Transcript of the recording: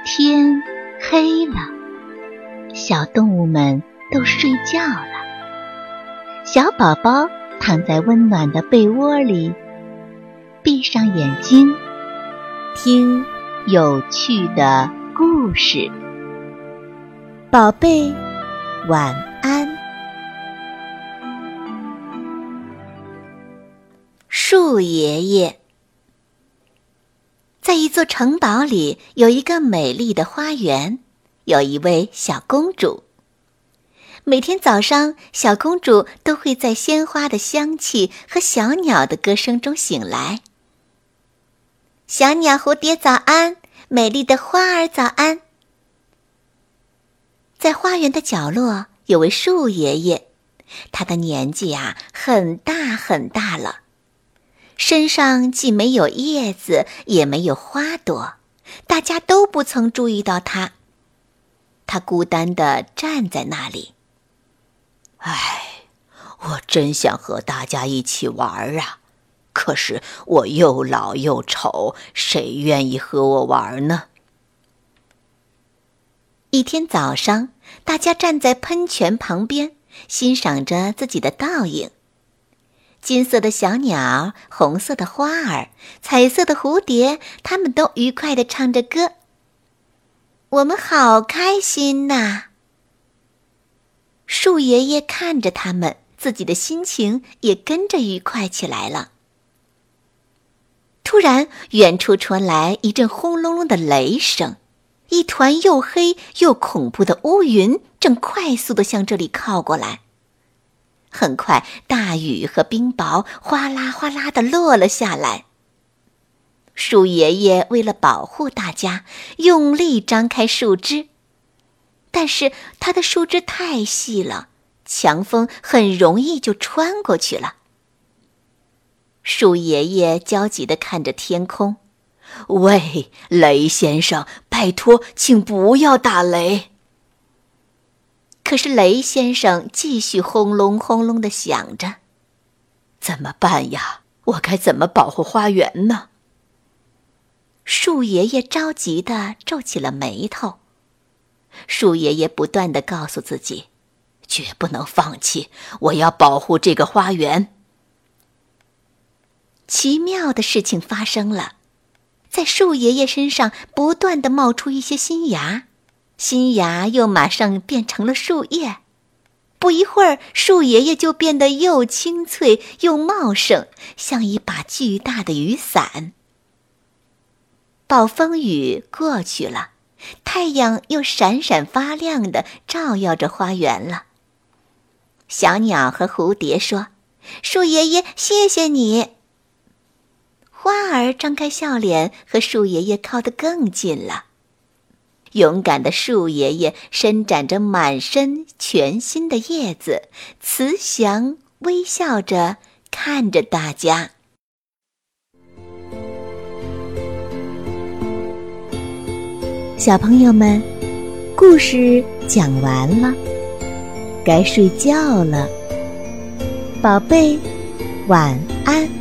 天黑了，小动物们都睡觉了。小宝宝躺在温暖的被窝里，闭上眼睛，听有趣的故事。宝贝，晚安。树爷爷。在一座城堡里，有一个美丽的花园，有一位小公主。每天早上，小公主都会在鲜花的香气和小鸟的歌声中醒来。小鸟蝴蝶早安，美丽的花儿早安。在花园的角落有位树爷爷，他的年纪很大很大了，身上既没有叶子也没有花朵，大家都不曾注意到他。他孤单地站在那里。 我真想和大家一起玩啊，可是我又老又丑，谁愿意和我玩呢？ 一天早上，大家站在喷泉旁边，欣赏着自己的倒影。金色的小鸟，红色的花儿，彩色的蝴蝶，它们都愉快地唱着歌。我们好开心呐！树爷爷看着他们，自己的心情也跟着愉快起来了。突然，远处传来一阵轰隆隆的雷声，一团又黑又恐怖的乌云正快速地向这里靠过来。很快，大雨和冰雹哗啦哗啦地落了下来。树爷爷为了保护大家，用力张开树枝，但是他的树枝太细了，强风很容易就穿过去了。树爷爷焦急地看着天空， 喂，雷先生，拜托，请不要打雷。 可是雷先生继续轰隆轰隆地响着。 怎么办呀？我该怎么保护花园呢？ 树爷爷着急地皱起了眉头。树爷爷不断地告诉自己， 绝不能放弃，我要保护这个花园。 奇妙的事情发生了，在树爷爷身上不断地冒出一些新芽，新芽又马上变成了树叶。不一会儿，树爷爷就变得又清脆又茂盛，像一把巨大的雨伞。暴风雨过去了，太阳又闪闪发亮地照耀着花园了。小鸟和蝴蝶说：“树爷爷，谢谢你。”花儿张开笑脸，和树爷爷靠得更近了。勇敢的树爷爷伸展着满身全新的叶子，慈祥微笑着看着大家。小朋友们，故事讲完了，该睡觉了。宝贝，晚安。